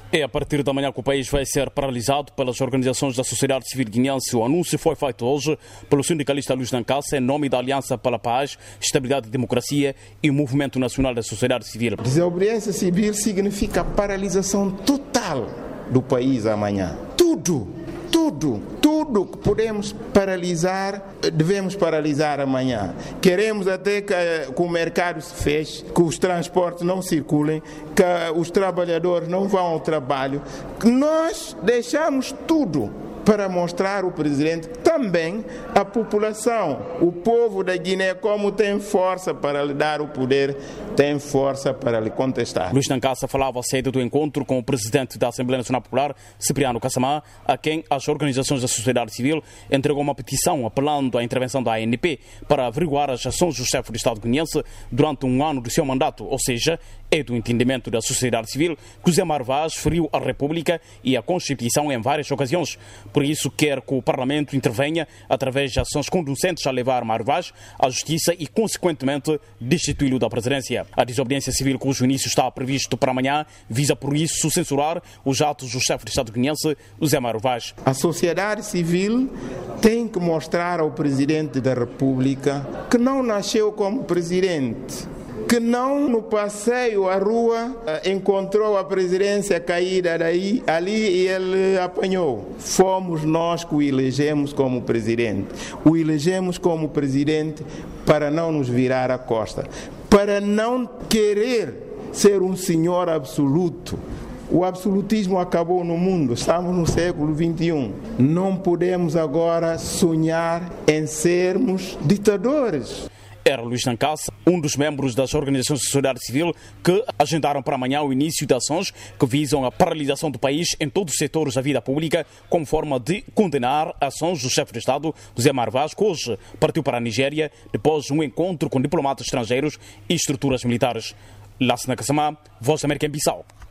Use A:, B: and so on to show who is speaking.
A: É a partir da manhã que o país vai ser paralisado pelas organizações da sociedade civil guineense. O anúncio foi feito hoje pelo sindicalista Luís Nancassa em nome da Aliança pela Paz, Estabilidade e Democracia e o Movimento Nacional da Sociedade Civil.
B: Desobediência civil significa paralisação total do país amanhã. Tudo que podemos paralisar, devemos paralisar amanhã. Queremos até que o mercado se feche, que os transportes não circulem, que os trabalhadores não vão ao trabalho. Nós deixamos tudo para mostrar ao presidente que também a população, o povo da Guiné, como tem força para lhe dar o poder, tem força para lhe contestar.
A: Luís Nancassa falava cedo do encontro com o presidente da Assembleia Nacional Popular, Cipriano Kassamá, a quem as organizações da sociedade civil entregou uma petição apelando à intervenção da ANP para averiguar as ações do chefe do Estado guineense durante um ano do seu mandato, ou seja, é do entendimento da sociedade civil que José Mário Vaz feriu a República e a Constituição em várias ocasiões. Por isso, quer que o Parlamento intervenha através de ações conducentes a levar Mário Vaz à justiça e, consequentemente, destituí-lo da presidência. A desobediência civil, cujo início está previsto para amanhã, visa, por isso, censurar os atos do chefe de Estado guineense, José Mário Vaz.
B: A sociedade civil tem que mostrar ao Presidente da República que não nasceu como presidente, que não no passeio à rua encontrou a presidência caída ali e ele apanhou. Fomos nós que o elegemos como presidente. O elegemos como presidente para não nos virar a costa, para não querer ser um senhor absoluto. O absolutismo acabou no mundo, estamos no século XXI. Não podemos agora sonhar em sermos ditadores.
A: Era Luís Nancassa, um dos membros das organizações de sociedade civil que agendaram para amanhã o início de ações que visam a paralisação do país em todos os setores da vida pública, como forma de condenar ações do chefe de Estado, José Mário Vaz, que hoje partiu para a Nigéria depois de um encontro com diplomatas estrangeiros e estruturas militares. Lassana Kassamá, Voz da América em Bissau.